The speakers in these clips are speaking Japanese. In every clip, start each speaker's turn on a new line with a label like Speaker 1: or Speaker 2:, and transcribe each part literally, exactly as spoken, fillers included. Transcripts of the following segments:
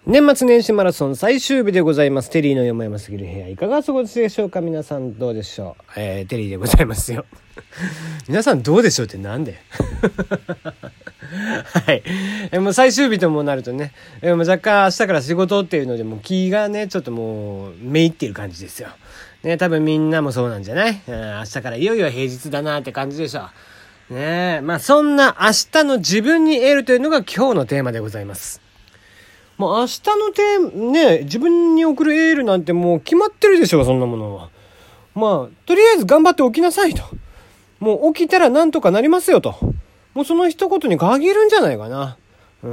Speaker 1: 年末年始マラソン最終日でございます。テリーのよもやますぎる部屋、いかがお過ごしでしょうか。皆さんどうでしょう。えー、テリーでございますよ。皆さんどうでしょうってなんではい、えー、もう最終日ともなるとね、えー、もう若干明日から仕事っていうのでもう気がねちょっともうめいっている感じですよね。多分みんなもそうなんじゃない、うん、明日からいよいよ平日だなって感じでしょうね。まあそんな明日の自分に得るというのが今日のテーマでございます。もう明日のテーマね、自分に送るエールなんてもう決まってるでしょう、そんなものは。まあとりあえず頑張って起きなさいと、もう起きたらなんとかなりますよと、もうその一言に限るんじゃないかな。うん、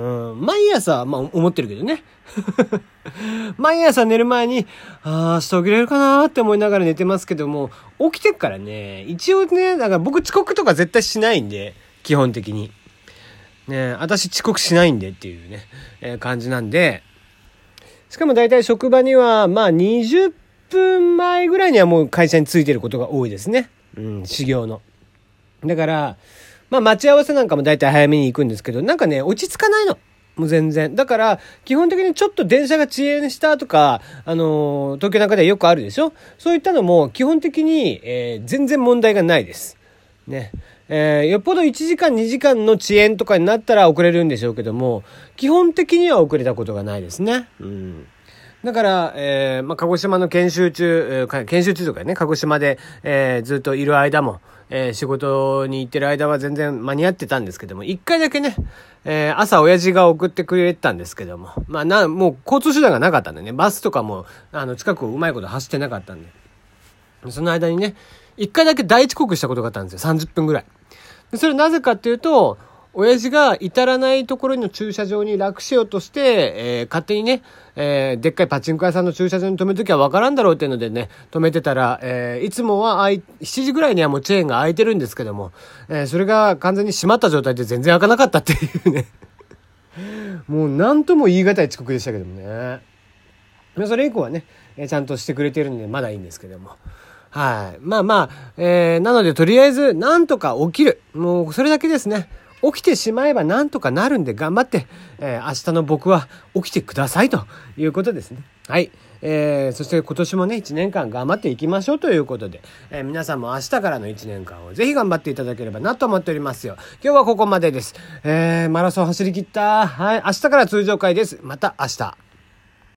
Speaker 1: 毎朝まあ思ってるけどね毎朝寝る前にああ明日起きれるかなって思いながら寝てますけども、起きてっからね、一応ね、だから僕遅刻とか絶対しないんで、基本的にね、私遅刻しないんでっていうね、えー、感じなんで、しかも大体職場にはまあにじゅっぷんまえぐらいにはもう会社に着いてることが多いですね。うん、始業の。だからまあ待ち合わせなんかも大体早めに行くんですけど、なんかね落ち着かないの。もう全然。だから基本的にちょっと電車が遅延したとか、あのー、東京なんかではよくあるでしょ。そういったのも基本的に、えー、全然問題がないですね。えー、よっぽどいちじかんにじかんの遅延とかになったら遅れるんでしょうけども、基本的には遅れたことがないですね。うん。だから、えー、まあ、鹿児島の研修中、えー、研修中とかね、鹿児島で、えー、ずっといる間も、えー、仕事に行ってる間は全然間に合ってたんですけども、一回だけね、えー、朝親父が送ってくれたんですけども、まあ、な、もう交通手段がなかったんでね、バスとかも、あの、近くをうまいこと走ってなかったんで、その間にね、一回だけ大遅刻したことがあったんですよ。さんじゅっぷんぐらい。でそれなぜかっていうと、親父が至らないところの駐車場に楽しようとして、えー、勝手にね、えー、でっかいパチンコ屋さんの駐車場に止めるときは分からんだろうっていうのでね、止めてたら、えー、いつもはあいしちじぐらいにはもうチェーンが開いてるんですけども、えー、それが完全に閉まった状態で全然開かなかったっていうね。もう何とも言い難い遅刻でしたけどもね。それ以降はね、えー、ちゃんとしてくれてるんでまだいいんですけども。はい。まあまあ、えー、なのでとりあえずなんとか起きる。もうそれだけですね。起きてしまえばなんとかなるんで頑張って、えー、明日の僕は起きてくださいということですね。はい。えー、そして今年もね、いちねんかん頑張っていきましょうということで、えー、皆さんも明日からのいちねんかんをぜひ頑張っていただければなと思っておりますよ。今日はここまでです。えー、マラソン走り切った。はい。明日から通常回です。また明日。